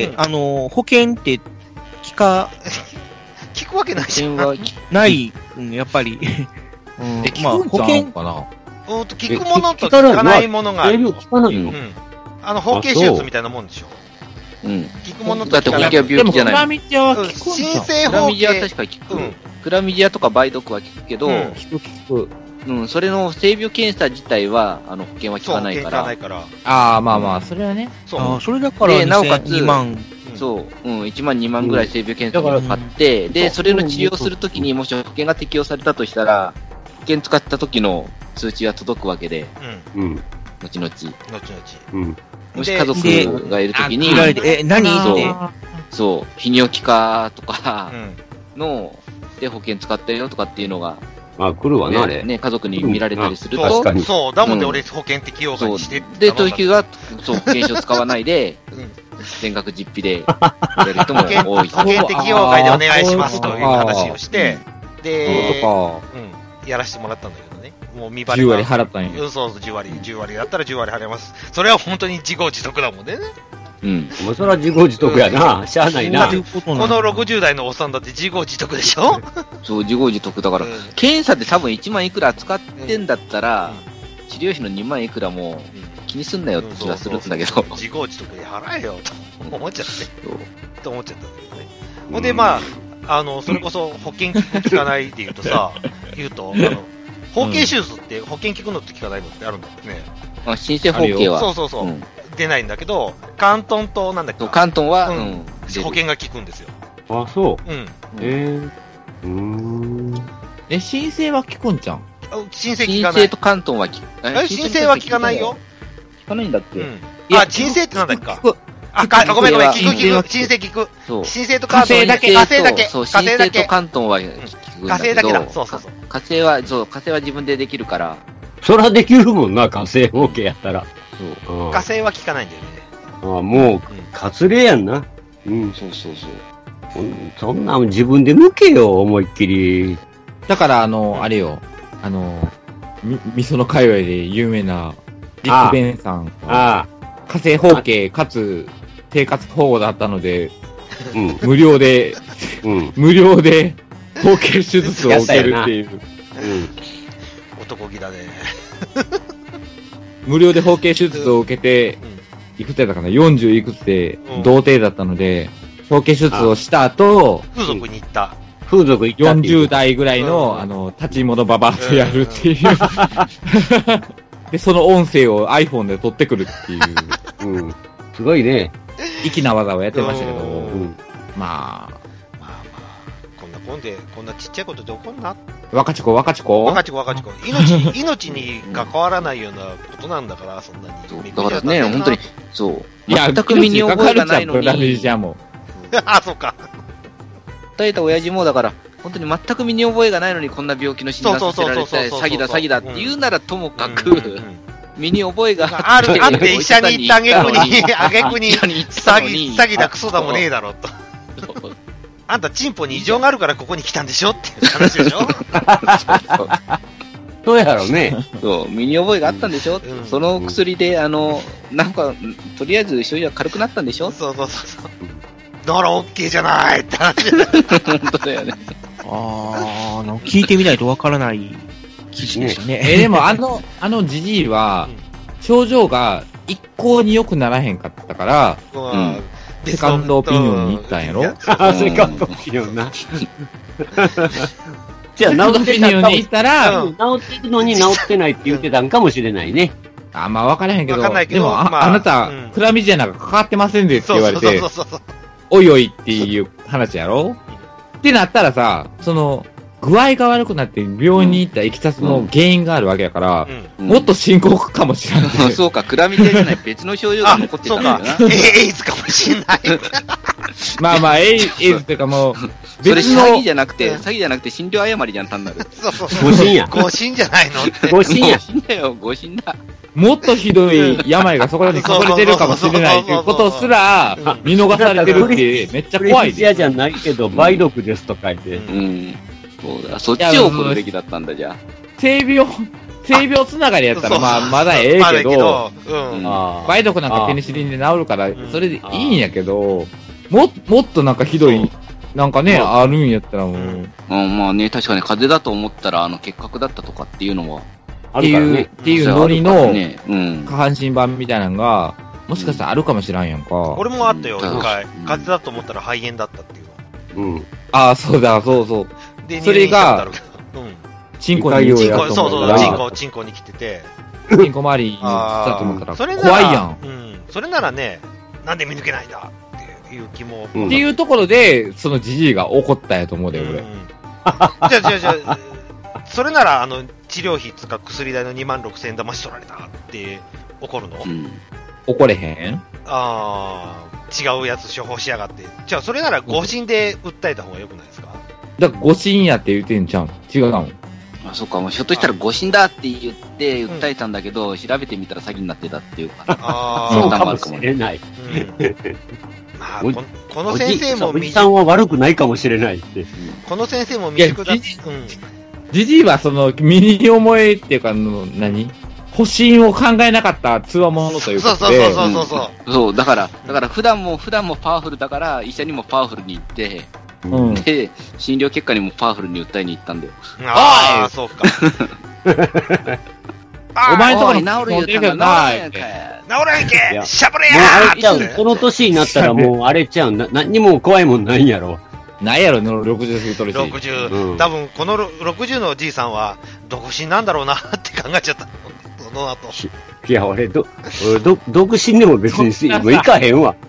うん、あの、保険って聞か、 聞くわけないじゃん。 ない、うん、やっぱり。 うん、え、まあ、保険かな。 うんと、聞くものと聞かないものがある。 聞かないの？ うん。あの、包茎手術みたいなもんでしょ。 うん。 聞くものとだって包茎は病気じゃない。 クラミジアは聞くんじゃん。 新生包茎。クラミジアは確か聞く。うん。クラミジアとか梅毒は聞くけど、うん、 聞く聞く。 うん、それの性病検査自体は、あの、保険は効かないから。 保険効かないから。 ああ、まあまあ、それはね。 そう。あそれだから、 で、なおかつ、 にまん。 そう、うん、いちまんにまんぐらい性病検査がかかって、うん、で、それの治療するときにもし保険が適用されたとしたら、保険使った時の通知が届くわけで、 うん。 後々。 後々。 うん。 もし家族がいるときに、 え、何って。 そう、泌尿器科とかの、で保険使ってるよとかっていうのが、 あ、来るわな、あれ。 ね、家族に見られたりすると。 確かに。 そう、だもんで俺保険適用外にして。 で、東急が、そう、保険証使わないで、全額実費でやる人も多い。 保険適用外でお願いしますという話をして、で、うん、やらせてもらったんだけどね。もう見張り。 じゅうわり払ったんや。 そうそう、じゅうわり、じゅうわりだったらじゅうわり払います。それは本当に自業自得だもんね。 うん。もうそれは自業自得やな。しゃあないな。 このろくじゅう代のおっさんだって自業自得でしょそう、自業自得だから、うん、検査で多分いちまんいくら使ってんだったら、うん、治療費のにまんいくらも気にすんなよって気がするんだけど。 自業自得で払えよと思っちゃって。と思っちゃったんだけどね。ほんで、まあ、あの、それこそ保険効かないって言うとさ、言うと、あの、包茎手術って保険効くのって効かないのってあるんだってね。 あ、新生包茎は。 そうそうそう。うん、出ないんだけど、関東となんだっけ。 関東は、うん、 保険が効くんですよ。 あ、そう。 うん。 えー。うーん。 え、申請は効くんちゃん？ 申請効かない。 申請と関東は効く。 え、申請は効かないよ。 効かないんだって。うん。 あ、申請ってなんだっけか。あ、か、ごめんごめん、聞く聞く。申請聞く。そう。申請と関東だけ。火星だけ。 そう、申請と関東は効くんだけど。 火星だけだ。そうそうそう。 火星は、そう、火星は自分でできるから。 そらできるもんな、火星 OK やったら。 そう。火星は効かないんだよね。 ああ、もう、割礼やんな。 うん、そうそうそう。 そんなん自分で抜けよ、思いっきり。 だから、あの、あれよ、あの、み、みその界隈で有名な、リック・ベンさん。ああ。火星包茎かつ、生活保護だったので、うん、無料で、うん、無料で、包茎手術を受けるっていう。うん、 男気だね。 無料で包茎手術を受けて、いくつやったかな ?よんじゅう いくつで、童貞だったので、包茎手術をした後、 風俗に行った。 風俗行った。 よんじゅう代ぐらいの、うん、あの、立ち物ババアとやるっていう。で、その音声を iPhone で撮ってくるっていう。 うん。すごいね。 粋な技をやってましたけど、うん、まあ。 まあまあ、こんなこんで、こんなちっちゃいことで起こんな。 若ちこ、若ちこ若ちこ、若ちこ。命、命に関わらないようなことなんだから、そんなに。 だからね、本当に、そう。全く身に覚えがないのに。 じゃもう。あ、そうか。 訴えた親父も、だから、本当に全く身に覚えがないのにこんな病気の診断させられて、詐欺だ詐欺だって言うならともかく、身に覚えがある、あって医者に行ったあげくに、あげくに、詐欺、詐欺だクソだもねえだろ、と。あんたチンポに異常があるからここに来たんでしょっていう話でしょそうやろうね。 そう、身に覚えがあったんでしょ、うん、その薬で、あの、なんか、とりあえず症状が軽くなったんでしょそうそうそうそう。だから OK じゃないって話。 本当だよね。 あー、聞いてみないとわからない記事でしたね。 え、でもあの、あのジジイは、症状が一向に良くならへんかったから、うん、セカンドオピニオンに行ったんやろ？ あ、セカンドオピニオンな。じゃあ、治ってたに行ったら、 治ってるのに治ってないって言ってたんかもしれないね。 あ、まあ分からへんけど、 けどでもあ、まあ、あなた、うん、クラミジアなんかかかってませんでって言われて、おいおいっていう話やろ？ってなったらさ、その、具合が悪くなって病院に行ったいきさつの原因があるわけやから、うん、もっと深刻かもしれない。 そうか、クラミジアじゃない別の症状が残ってたんだよな。 エイズかもしれない。 まあまあ、エイズっていうかもう、 それ詐欺じゃなくて、詐欺じゃなくて診療誤りじゃん、単なる。 そうそうそう。誤診や。誤診じゃないのって。 誤診や。 誤診だよ、誤診だ。 もっとひどい病がそこに隠れてるかもしれないということすら見逃されてるってめっちゃ怖いです。 クリスチアじゃないけど梅毒ですと書いて。 うん。そうだ、そっちを送るべきだったんだじゃあ。 性病、性病つながりやったらまあまだええけど、梅毒なんかペニシリンで治るからそれでいいんやけど、も、もっとなんかひどい、なんかね、あるんやったらもう。うん、 まあね、確かに風邪だと思ったらあの結核だったとかっていうのは。 っていう、っていうノリの下半身版みたいなのが、もしかしたらあるかもしらんやんか。 俺もあったよ、一回。風邪だと思ったら肺炎だったっていうの。うん。ああ、そうだ、そうそう。で、それが、チンコに、 チンコ、そうそう、チンコ、チンコに来てて。 チンコ周りに来たと思ったら、怖いやん。 うん。それならね、なんで見抜けないんだっていう気も。 っていうところで、そのジジイが怒ったんやと思うで、俺。 じゃあ、じゃあ、じゃあ、それなら、あの、治療費つか薬代のにまんろくせんえん騙し取られたって怒るの？うん、 怒れへん？ ああ、違うやつ処方しやがって。じゃあ、それなら誤診で訴えた方がよくないですか？ だから誤診やって言ってんちゃうん違うの？ あ、そっか、もうひょっとしたら誤診だって言って訴えたんだけど、うん、調べてみたら詐欺になってたっていうか。 ああ、そうかもしれない。うんまあ、こ, この先生もおじさんは悪くないかもしれないって。 この先生も未熟だ。 ジジイはその、身に覚えっていうか、の、何保身を考えなかったつわものということで。 そうそうそうそうそう。 そう、だから、だから普段も、普段もパワフルだから、医者にもパワフルに行って、うん、で、診療結果にもパワフルに訴えに行ったんだよ。 ああ、そうか。 お前のところに治る言うたらな、治るやんけ。治らんけしゃぶれやーもうあれちゃう、この年になったらもうあれちゃう、な、何にも怖いもんないんやろ。 ないやろ、ろくじゅう過ぎとるし。 ろくじゅう、うん、多分このろくじゅうのじいさんは、独身なんだろうなって考えちゃった。その後。 いや、俺、ど、俺、ど、独身でも別にし、もう行かへんわ。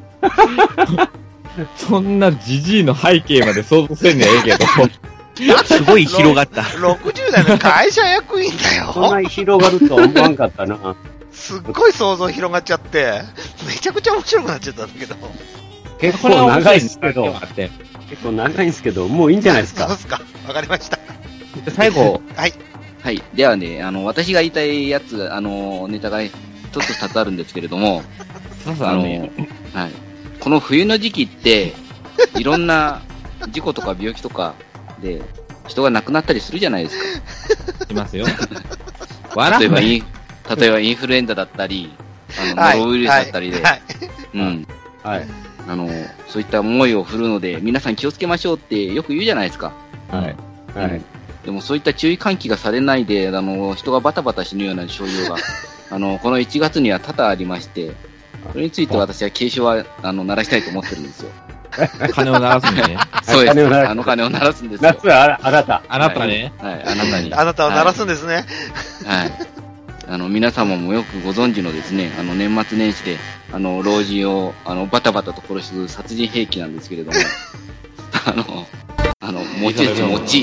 そんなじじいの背景まで想像せんねえけど。 すごい広がった。 ろくじゅう代の会社役員だよ。 そんなに広がるとは思わんかったな。 すっごい想像広がっちゃって、めちゃくちゃ面白くなっちゃったんだけど。 結構長いんですけど、結構長いんですけど、もういいんじゃないですか。 そうですか。わかりました。 最後。 はい。 はい。ではね、あの、私が言いたいやつ、あの、ネタが一つ二つあるんですけれども、あの、はい。この冬の時期って、いろんな事故とか病気とかで、人が亡くなったりするじゃないですか。 いますよ。 例えばイン、例えばインフルエンザだったり、あの、ノロウイルスだったりで、はいはい、うん。はい。あの、そういった思いを振るので、皆さん気をつけましょうってよく言うじゃないですか。 はい。はい。 でもそういった注意喚起がされないで、あの、人がバタバタ死ぬような症状が、あの、このいちがつには多々ありまして、それについて私は警鐘は、あの、鳴らしたいと思ってるんですよ。 鐘を鳴らすんでね。 そうです。あの鐘を鳴らすんですよ。 夏はあなた。 あなたね。 はい、あなたに。 あなたを鳴らすんですね。 はい。あの、皆様もよくご存知のですね、あの、年末年始で、あの、老人を、あの、バタバタと殺す殺人兵器なんですけれども、あの、あの、餅です、餅。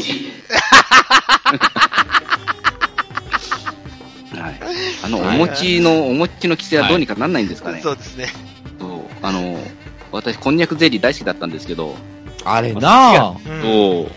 はい。あの、お餅の、お餅の規制はどうにかなんないんですかね。はい、 そうですね。 そう、あの、私、こんにゃくゼリー大好きだったんですけど、 あれなぁ。 そう。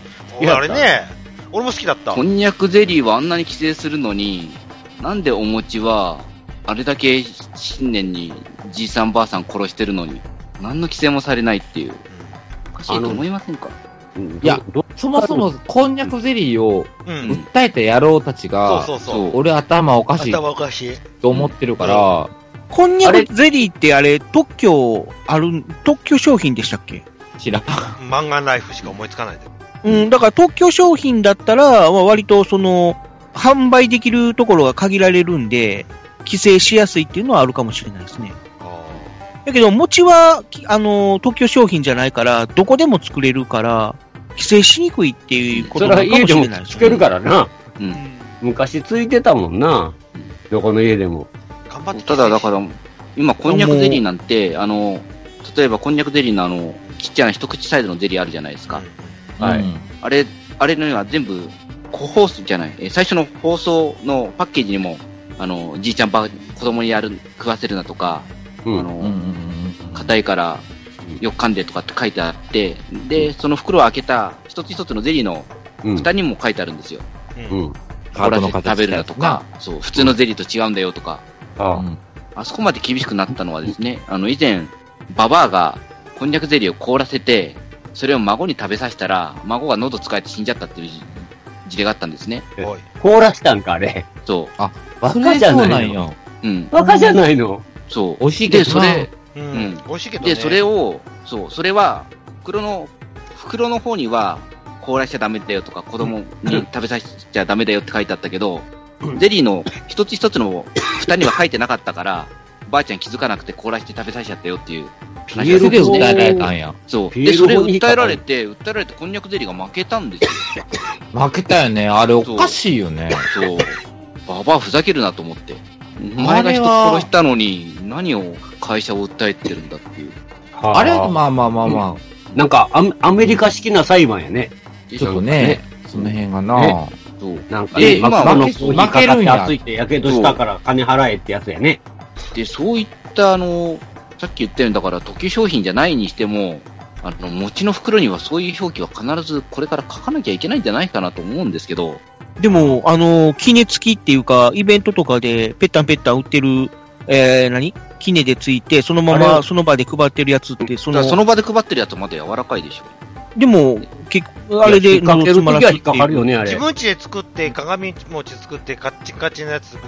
いや、あれね、俺も好きだった。 こんにゃくゼリーはあんなに規制するのに、なんでお餅は、あれだけ新年にじいさんばあさん殺してるのに、何の規制もされないっていう。おかしいと思いませんか？ いや、そもそもこんにゃくゼリーを訴えた野郎たちが、 そうそうそう。 俺頭おかしい。 頭おかしい。 と思ってるから、 こんにゃくゼリーってあれ、特許ある、特許商品でしたっけ？ 知らん。 マンガンライフしか思いつかないで。 うん、だから特許商品だったら、まあ、割とその、販売できるところが限られるんで、規制しやすいっていうのはあるかもしれないですね。だけど、餅は、あの、特許商品じゃないから、どこでも作れるから、規制しにくいっていうことなのかもしれないですね。それは家でもつけるからな。うん。昔ついてたもんな。どこの家でも。 頑張って。ただ、だから、今、こんにゃくゼリーなんて、あの、例えばこんにゃくゼリーのあの、ちっちゃな一口サイズのゼリーあるじゃないですか。うん、はい。あれ、あれのには全部、個包装じゃない、え最初の包装のパッケージにも、あの、じいちゃんば、子供にやる、食わせるなとか、うん、あの、硬いからよく噛んでとかって書いてあって、で、その袋を開けた一つ一つのゼリーの蓋にも書いてあるんですよ。うん。凍らせて食べるなとか、そう、普通のゼリーと違うんだよとか。ああ、あそこまで厳しくなったのはですね、あの、以前、ババアがこんにゃくゼリーを凍らせて、それを孫に食べさせたら、孫が喉使えて死んじゃったっていう事例があったんですね。 凍らしたんか、あれ。 そう。 あ、若じゃないの。 うん。 若じゃないの。 そう。 美味しいけどで、それ、 うん。美味しいけどね。 で、それを、そう、それは、袋の、袋の方には、凍らしちゃダメだよとか、子供に食べさせちゃダメだよって書いてあったけど、ゼリーの一つ一つの蓋には書いてなかったから、ばあちゃん気づかなくて凍らして食べさせちゃったよっていう話で訴えられたんや。 そう。で、それ訴えられて、訴えられてこんにゃくゼリーが負けたんですよ。 負けたよね。あれおかしいよね。 そう。ババアふざけるなと思って。お前が人殺したのに、何を会社を訴えてるんだっていう。 あれまあまあまあまあ。 なんかア、アメリカ式な裁判やね。 ちょっとね、その辺がな。 そう。 なんかね、今のコーヒーかかって熱いってやけどしたから金払えってやつやね。 で、そういったあの、さっき言ったように、だから特許商品じゃないにしても、あの、餅の袋にはそういう表記は必ずこれから書かなきゃいけないんじゃないかなと思うんですけど。 でも、あの、キネ付きっていうか、イベントとかでペッタンペッタン売ってる、えー、何キネでついて、そのままその場で配ってるやつって、 その、その場で配ってるやつはまだ柔らかいでしょ。 でも、結構、あれで喉詰まらせて、引っかかるよね、あれ。 自分家で作って、鏡餅作って、カッチカチのやつ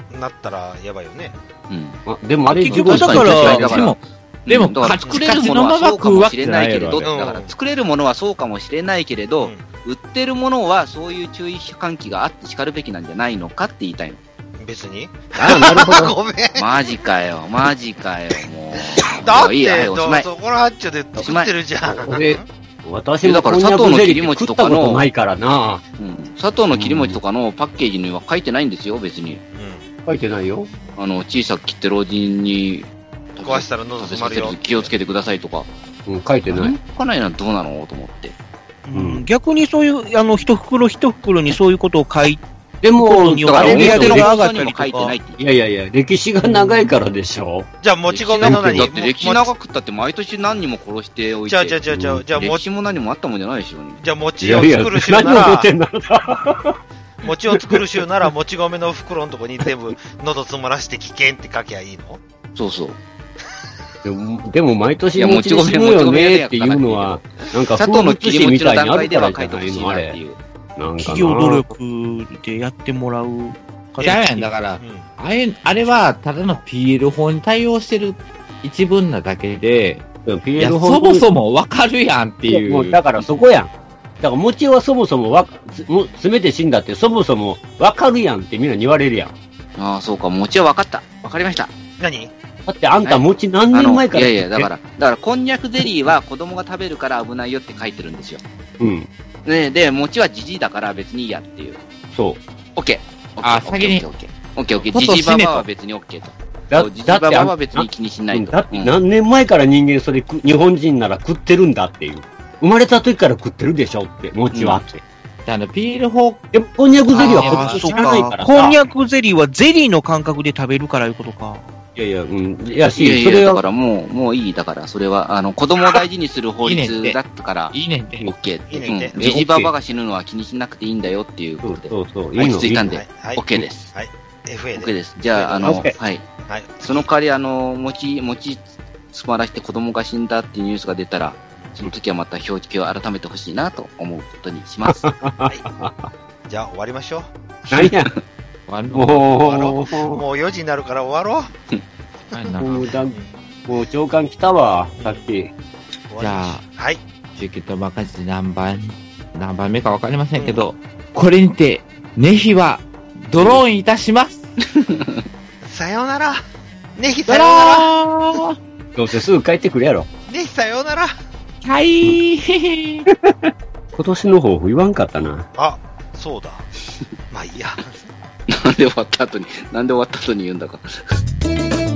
なったらやばいよね。 うん。あ、でもあれ自分だから、でも、 でも、だから作れるものはそうかもしれないけれど、だから作れるものはそうかもしれないけれど、売ってるものはそういう注意喚起があって叱るべきなんじゃないのかって言いたいの。 別に。 ああ、なるほど。 ごめん。 マジかよ、マジかよ、もう。 だって、 いいや、おしまい。 そこのハッチョで作ってるじゃん。 俺、私もだから佐藤の切り餅とかの、ないからな。 うん。佐藤の切り餅とかのパッケージには書いてないんですよ、別に。うん。 書いてないよ。 あの、小さく切って老人に、 壊したら喉詰まるよ。 気をつけてくださいとか。 うん、書いてない。 書かないのはどうなのと思って。 うん。逆にそういう、あの、一袋一袋にそういうことを書いて、 でも、 だから、お店の放送にも書いてないって。 いやいやいや、歴史が長いからでしょ。 じゃあ、もち米の何だって歴史長くったって毎年何人も殺しておいて。 じゃあ、じゃあ、じゃあ、じゃあ、じゃあ、 歴史も何もあったもんじゃないでしょ。 じゃあ、餅を作る週なら、 何を出てんだろう。 餅を作る週なら、もち米の袋のとこに全部、喉詰まらして危険って書きゃいいの？ そうそう。 でも、でも毎年餅で死ぬよねっていうのは、なんか、 佐藤の切り餅の段階では書いてほしいなっていう。 企業努力でやってもらう。 じゃあだから、うん、あれ、あれはただの ピーエル 法に対応してる一文なだけで、ピーエル 法そもそもわかるやんっていう。 もうだからそこやん。だから餅はそもそもわ、詰めて死んだってそもそもわかるやんってみんなに言われるやん。 ああ、そうか、餅はわかった。わかりました。 何？ だってあんた餅何年前から、 はい、いやいや、だから、だからこんにゃくゼリーは子供が食べるから危ないよって書いてるんですよ。 うん。 ねで、餅はジジイだから別にいいやっていう。 そう。 オッケー。 あ、先に。 オッケー、オッケー、オッケー。ジジイババアは別にオッケーと。だジジイババアは別に気にしないと。 だって何年前から人間それ、日本人なら食ってるんだっていう。生まれた時から食ってるでしょって、餅はって。 うん、あの、ピール法、 でも、こんにゃくゼリーはこっち知らないからさ。 こんにゃくゼリーはゼリーの感覚で食べるからいうことか。 いやいや、うん。いやし、 いやいやそれは。だからもう、もういい。だから、それは、あの、子供を大事にする法律だったから、 いいねんて。 オッケー。 いいねんて。 ジジババが死ぬのは気にしなくていいんだよっていうことで。 そうそうそう。 落ち着いたんで、オッケーです。 はい。エフエー で。 オッケーです。じゃあ、あの、はい。はい。その代わり、あの、餅、餅、詰まらして子供が死んだっていうニュースが出たら、その時はまた表記を改めてほしいなと思うことにします。はい。 じゃあ、終わりましょう。 何や。 もう、もうよじになるから終わろう。 もうだ、もう長官来たわ、さっき。じゃあ、 はい。 中継とバカジ何番、何番目かわかりませんけど、うん、これにて、ネヒは、ドローンいたします。 さようなら。ネヒさようなら。 どうせすぐ帰ってくるやろ。 ネヒさようなら。 はいー。 今年の抱負言わんかったな。 あ、そうだ。まあいいや。 なんで終わった後に、なんで終わった後に言うんだか。